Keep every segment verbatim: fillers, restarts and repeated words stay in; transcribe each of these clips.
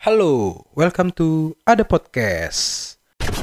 Halo, welcome to Ada Podcast.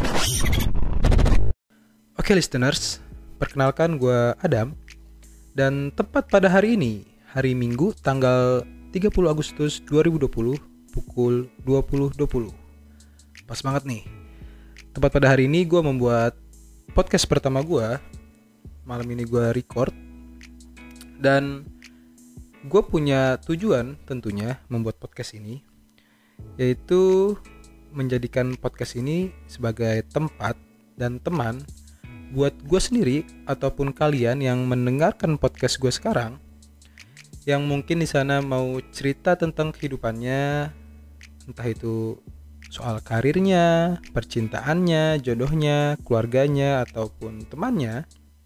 Oke listeners, perkenalkan gue Adam. Dan tepat pada hari ini, hari Minggu tanggal tiga puluh Agustus dua ribu dua puluh pukul dua puluh dua puluh. Pas banget nih. Tepat pada hari ini gue membuat podcast pertama gue. Malam ini gue record. Dan gue punya tujuan tentunya membuat podcast ini, yaitu menjadikan podcast ini sebagai tempat dan teman buat gue sendiri ataupun kalian yang mendengarkan podcast gue sekarang, yang mungkin di sana mau cerita tentang kehidupannya, entah itu soal karirnya, percintaannya, jodohnya, keluarganya, ataupun temannya.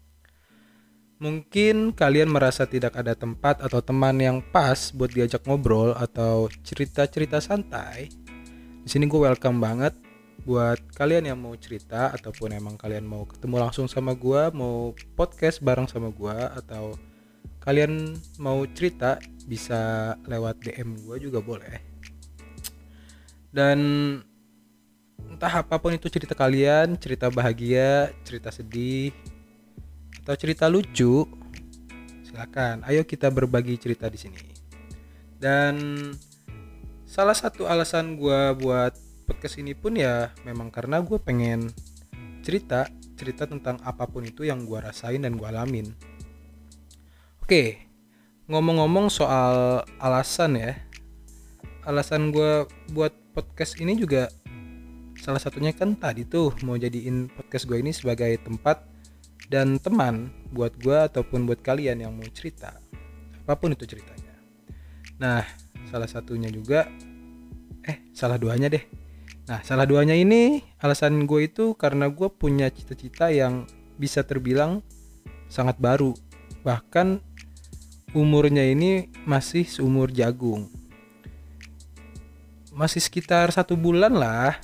Mungkin kalian merasa tidak ada tempat atau teman yang pas buat diajak ngobrol atau cerita-cerita santai. Di sini gue welcome banget buat kalian yang mau cerita ataupun emang kalian mau ketemu langsung sama gue, mau podcast bareng sama gue, atau kalian mau cerita bisa lewat D M gue juga boleh. Dan entah apapun itu cerita kalian, cerita bahagia, cerita sedih, atau cerita lucu, silakan. Ayo kita berbagi cerita di sini. Dan salah satu alasan gue buat podcast ini pun ya memang karena gue pengen cerita cerita tentang apapun itu yang gue rasain dan gue alamin. Oke, ngomong-ngomong soal alasan ya, alasan gue buat podcast ini juga salah satunya kan tadi tuh mau jadiin podcast gue ini sebagai tempat dan teman buat gue ataupun buat kalian yang mau cerita, apapun itu ceritanya. Nah, salah satunya juga eh salah duanya deh. Nah, salah duanya ini alasan gue itu karena gue punya cita-cita yang bisa terbilang sangat baru. Bahkan umurnya ini masih seumur jagung. Masih sekitar satu bulan lah.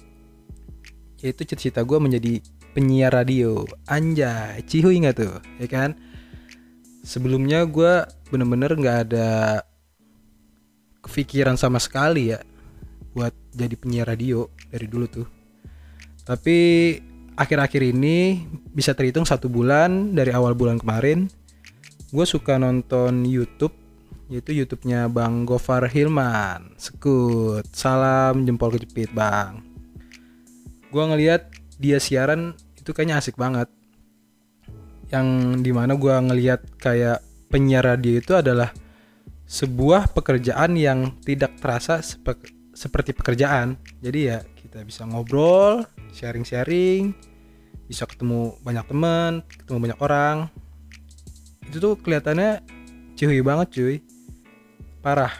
Yaitu cita-cita gue menjadi penyiar radio. Anjay, cihuy gak tuh, ya kan? Sebelumnya gue bener-bener gak ada kepikiran sama sekali ya buat jadi penyiar radio dari dulu tuh. Tapi akhir-akhir ini bisa terhitung satu bulan dari awal bulan kemarin, gue suka nonton YouTube, yaitu YouTube-nya Bang Gofar Hilman. Sekut, salam jempol kejepit bang. Gue ngeliat dia siaran itu kayaknya asik banget. Yang dimana gue ngeliat kayak penyiar radio itu adalah sebuah pekerjaan yang tidak terasa sepe- seperti pekerjaan. Jadi ya kita bisa ngobrol, sharing-sharing, bisa ketemu banyak teman, ketemu banyak orang. Itu tuh kelihatannya cuy banget cuy, parah.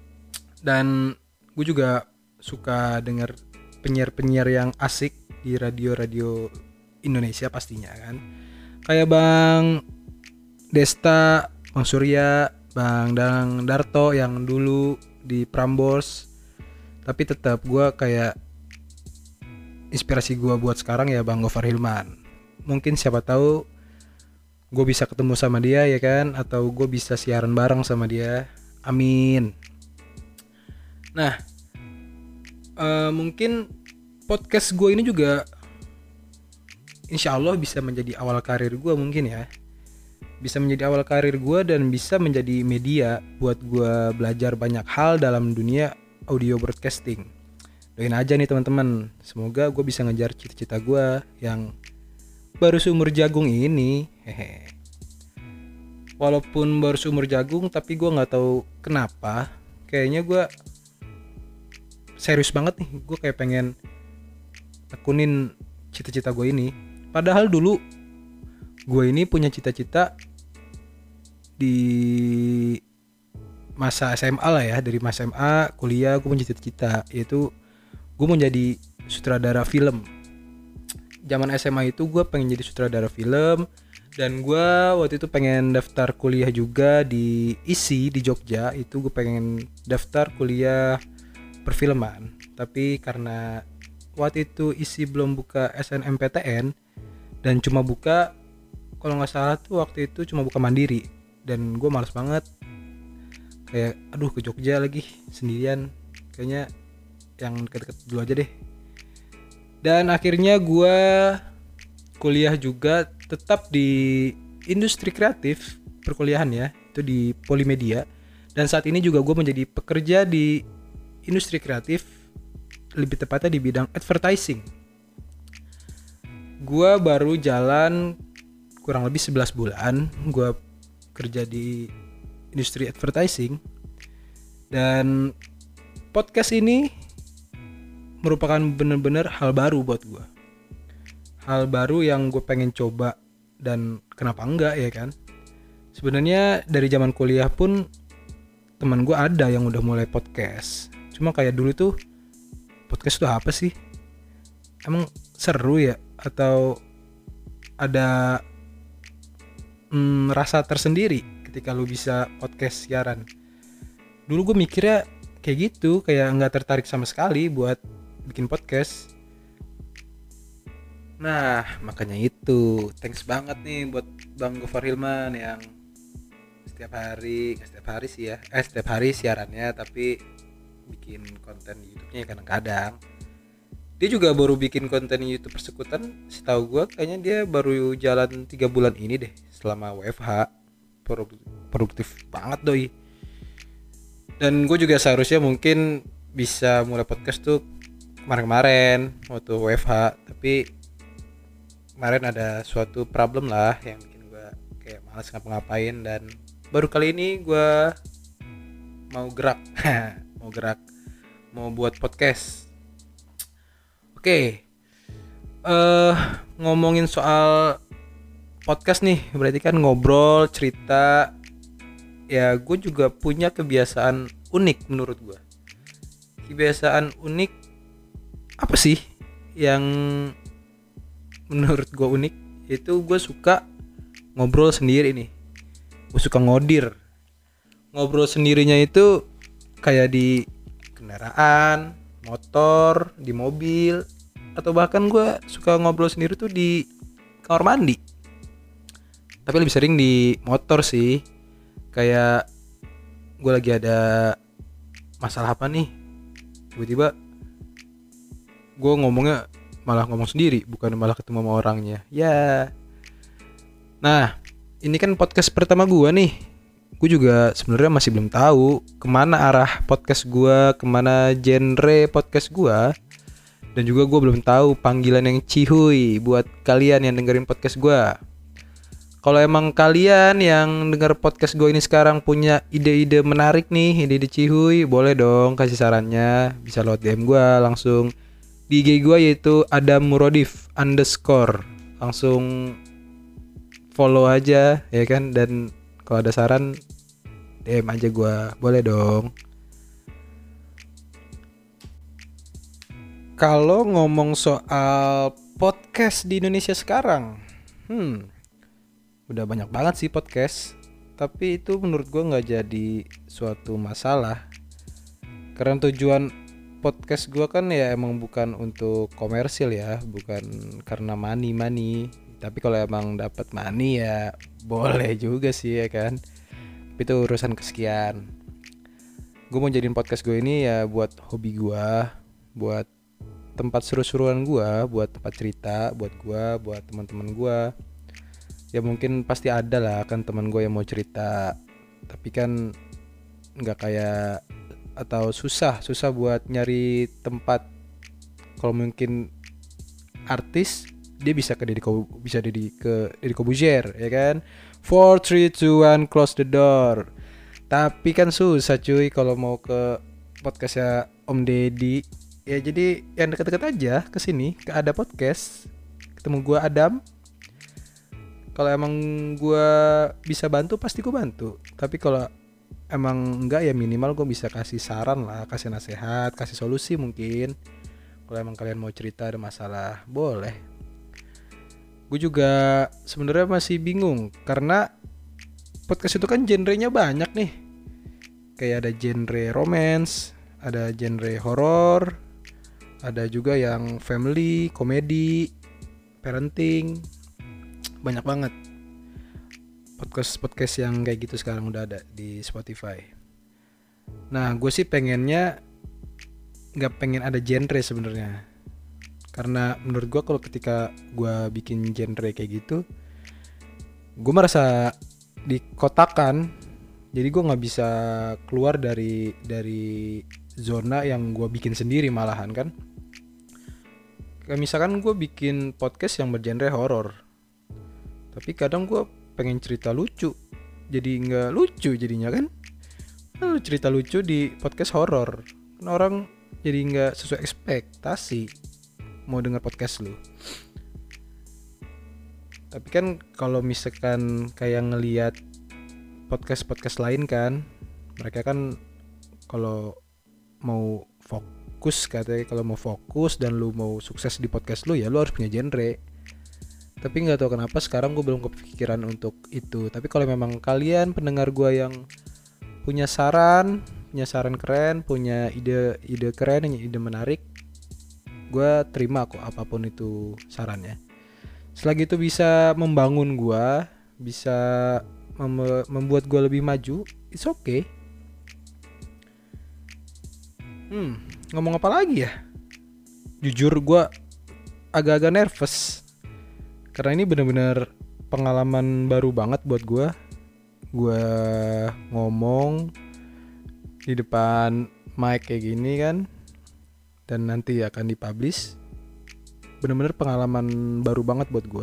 Dan gue juga suka denger penyiar-penyiar yang asik di radio-radio Indonesia pastinya kan. Kayak Bang Desta, Bang Surya, Bang Dang Darto yang dulu di Prambors. Tapi tetap gue kayak inspirasi gue buat sekarang ya Bang Gofar Hilman. Mungkin siapa tahu gue bisa ketemu sama dia ya kan, atau gue bisa siaran bareng sama dia. Amin. Nah, uh, mungkin podcast gue ini juga insya Allah bisa menjadi awal karir gue mungkin ya. Bisa menjadi awal karir gue dan bisa menjadi media buat gue belajar banyak hal dalam dunia audio broadcasting. Doain aja nih teman-teman, semoga gue bisa ngejar cita-cita gue yang baru seumur jagung ini. Hehe. Walaupun baru seumur jagung, tapi gue nggak tahu kenapa, kayaknya gue serius banget nih. Gue kayak pengen tekunin cita-cita gue ini. Padahal dulu gue ini punya cita-cita di masa S M A lah ya. Dari masa S M A, kuliah gue punya cita-cita, yaitu gue mau jadi sutradara film. Zaman S M A itu gue pengen jadi sutradara film. Dan gue waktu itu pengen daftar kuliah juga di I S I di Jogja. Itu gue pengen daftar kuliah perfilman. Tapi karena waktu itu I S I belum buka S N M P T N dan cuma buka, kalau nggak salah tuh waktu itu cuma buka mandiri, dan gue malas banget kayak aduh ke Jogja lagi sendirian, kayaknya yang deket-deket dulu aja deh. Dan akhirnya gue kuliah juga tetap di industri kreatif perkuliahan ya, itu di Polimedia. Dan saat ini juga gue menjadi pekerja di industri kreatif, lebih tepatnya di bidang advertising. Gue baru jalan kurang lebih sebelas bulan gue kerja di industri advertising. Dan podcast ini merupakan benar-benar hal baru buat gue. Hal baru yang gue pengen coba, dan kenapa enggak ya kan. Sebenarnya dari zaman kuliah pun teman gue ada yang udah mulai podcast. Cuma kayak dulu tuh, podcast tuh apa sih? Emang seru ya? Atau ada hmm, rasa tersendiri ketika lu bisa podcast siaran? Dulu gue mikirnya kayak gitu, kayak gak tertarik sama sekali buat bikin podcast. Nah, makanya itu thanks banget nih buat Bang Gofar Hilman yang setiap hari, setiap hari sih ya, eh setiap hari siarannya, tapi bikin konten di YouTube-nya kadang-kadang. Dia juga baru bikin konten YouTube persekutan, setahu gue kayaknya dia baru jalan tiga bulan ini deh, selama W F H. Produktif banget doi. Dan gue juga seharusnya mungkin bisa mulai podcast tuh kemarin-kemarin waktu W F H, tapi kemarin ada suatu problem lah yang bikin gue kayak malas ngapa-ngapain, dan baru kali ini gue mau gerak mau gerak mau buat podcast. Oke, okay. uh, ngomongin soal podcast nih, berarti kan ngobrol, cerita. Ya gue juga punya kebiasaan unik menurut gue. Kebiasaan unik apa sih yang menurut gue unik? Itu gue suka ngobrol sendiri nih. Gue suka ngodir. Ngobrol sendirinya itu kayak di kendaraan, motor, di mobil, atau bahkan gue suka ngobrol sendiri tuh di kamar mandi. Tapi lebih sering di motor sih. Kayak gue lagi ada masalah apa nih, tiba-tiba gue ngomongnya malah ngomong sendiri, bukan malah ketemu sama orangnya ya. Nah, ini kan podcast pertama gue nih. Gue juga sebenarnya masih belum tahu kemana arah podcast gue, kemana genre podcast gue. Dan juga gue belum tahu panggilan yang cihuy buat kalian yang dengerin podcast gue. Kalau emang kalian yang denger podcast gue ini sekarang punya ide-ide menarik nih, ide-ide cihuy, boleh dong kasih sarannya. Bisa lewat D M gue langsung di I G gue, yaitu Adam Murodif underscore. Langsung follow aja ya kan. Dan kalau ada saran D M aja gue, boleh dong. Kalau ngomong soal podcast di Indonesia sekarang, Hmm udah banyak banget sih podcast. Tapi itu menurut gue gak jadi suatu masalah, karena tujuan podcast gue kan ya emang bukan untuk komersil ya, bukan karena money money. Tapi kalau emang dapat money ya boleh juga sih ya kan. Tapi itu urusan kesekian. Gue mau jadiin podcast gue ini ya buat hobi gue, buat tempat seru-seruan gue, buat tempat cerita buat gue, buat teman-teman gue. Ya mungkin pasti ada lah kan teman gue yang mau cerita, tapi kan nggak kayak, atau susah susah buat nyari tempat. Kalau mungkin artis, dia bisa ke Deddy Kobu, bisa Deddy ke Deddy Kobuzier ya kan, four three two one close the door. Tapi kan susah cuy kalau mau ke podcastnya Om Deddy. Ya jadi yang deket-deket aja ke sini, ke Ada Podcast, ketemu gue Adam. Kalau emang gue bisa bantu pasti gue bantu. Tapi kalau emang enggak ya minimal gue bisa kasih saran lah, kasih nasihat, kasih solusi mungkin. Kalau emang kalian mau cerita ada masalah, boleh. Gue juga sebenarnya masih bingung karena podcast itu kan genrenya banyak nih. Kayak ada genre romance, ada genre horror, ada juga yang family, komedi, parenting. Banyak banget podcast-podcast yang kayak gitu sekarang udah ada di Spotify. Nah gue sih pengennya nggak pengen ada genre sebenarnya. Karena menurut gue kalau ketika gue bikin genre kayak gitu, gue merasa dikotakan. Jadi gue nggak bisa keluar dari dari zona yang gue bikin sendiri malahan kan. Kayak misalkan gue bikin podcast yang bergenre horor, tapi kadang gue pengen cerita lucu, jadi nggak lucu jadinya kan. Lu cerita lucu di podcast horor, kan orang jadi nggak sesuai ekspektasi mau dengar podcast lu. Tapi kan kalau misalkan kayak ngelihat podcast-podcast lain kan, mereka kan kalau mau fokus, katanya kalau mau fokus dan lu mau sukses di podcast lu, ya lu harus punya genre. Tapi nggak tahu kenapa sekarang gue belum kepikiran untuk itu. Tapi kalau memang kalian pendengar gue yang punya saran, punya saran keren, punya ide-ide keren, ide menarik, gue terima kok apapun itu sarannya. Selagi itu bisa membangun gue, bisa mem- membuat gue lebih maju, it's okay. Hmm, ngomong apa lagi ya? Jujur gue agak-agak nervous karena ini benar-benar pengalaman baru banget buat gue. Gue ngomong di depan mic kayak gini kan, dan nanti akan dipublish. Benar-benar pengalaman baru banget buat gue.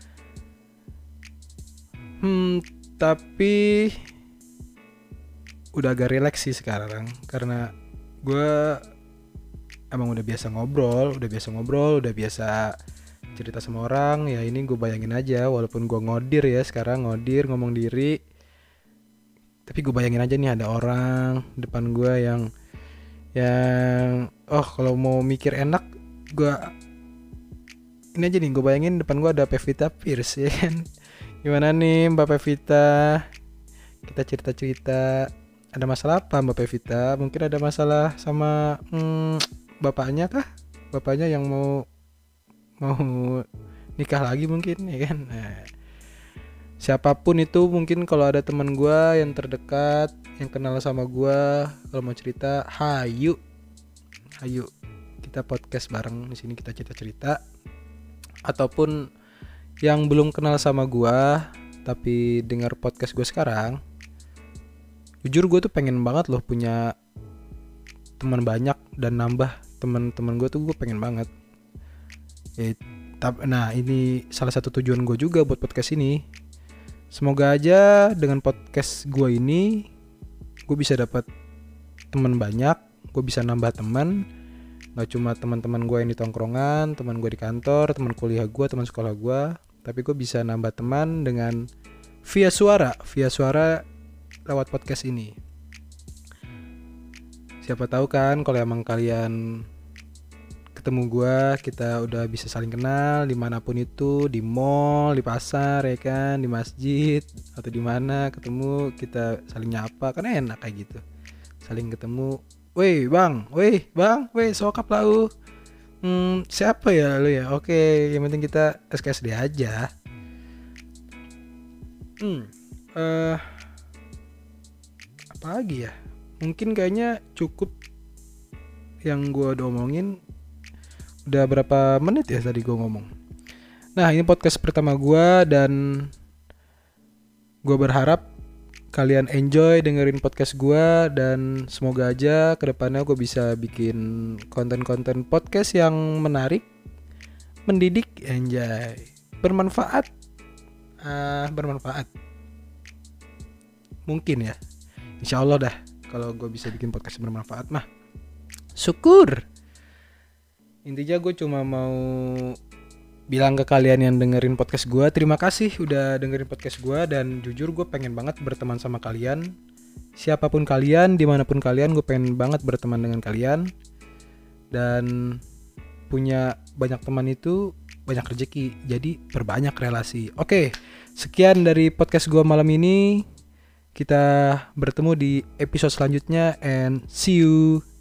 Hmm, tapi udah agak relax sih sekarang karena gue emang udah biasa ngobrol, udah biasa ngobrol, udah biasa cerita sama orang. Ya ini gue bayangin aja, walaupun gue ngodir ya sekarang, ngodir ngomong diri, tapi gue bayangin aja nih ada orang depan gue yang yang oh kalau mau mikir enak, gue ini aja nih, gue bayangin depan gue ada Pevita Pierce ya kan. Gimana nih Mbak Pevita, kita cerita-cerita. Ada masalah apa Mbak Pevita? Mungkin ada masalah sama hmm, bapaknya kah? Bapaknya yang mau mau nikah lagi mungkin ya kan. Nah, siapapun itu, mungkin kalau ada teman gue yang terdekat yang kenal sama gue, kalau mau cerita, hayu, hayu kita podcast bareng di sini, kita cerita-cerita. Ataupun yang belum kenal sama gue tapi dengar podcast gue sekarang, jujur gue tuh pengen banget loh punya teman banyak dan nambah teman-teman gue tuh, gue pengen banget. Ya, nah ini salah satu tujuan gue juga buat podcast ini. Semoga aja dengan podcast gue ini gue bisa dapat teman banyak, gue bisa nambah teman. Gak cuma teman-teman gue yang di tongkrongan, teman gue di kantor, teman kuliah gue, teman sekolah gue, tapi gue bisa nambah teman dengan via suara, via suara lewat podcast ini. Siapa tahu kan kalau emang kalian ketemu gue, kita udah bisa saling kenal dimanapun itu, di mall, di pasar ya kan, di masjid atau di mana ketemu, kita saling nyapa kan enak kayak gitu. Saling ketemu, weh bang, weh bang, weh sokap lau. Hmm, siapa ya lu ya? Oke, yang penting kita S K S D aja. Hmm, uh, apa lagi ya? Mungkin kayaknya cukup yang gue udah omongin. Udah berapa menit ya tadi gue ngomong. Nah ini podcast pertama gue, dan gue berharap kalian enjoy dengerin podcast gue, dan semoga aja kedepannya gue bisa bikin konten-konten podcast yang menarik, mendidik, enjoy, bermanfaat, uh, bermanfaat. Mungkin ya, insya Allah dah kalau gue bisa bikin podcast bermanfaat mah syukur. Intinya gue cuma mau bilang ke kalian yang dengerin podcast gue, terima kasih udah dengerin podcast gue. Dan jujur gue pengen banget berteman sama kalian. Siapapun kalian, dimanapun kalian, gue pengen banget berteman dengan kalian. Dan punya banyak teman itu banyak rezeki, jadi perbanyak relasi. Oke, sekian dari podcast gue malam ini. Kita bertemu di episode selanjutnya, and see you.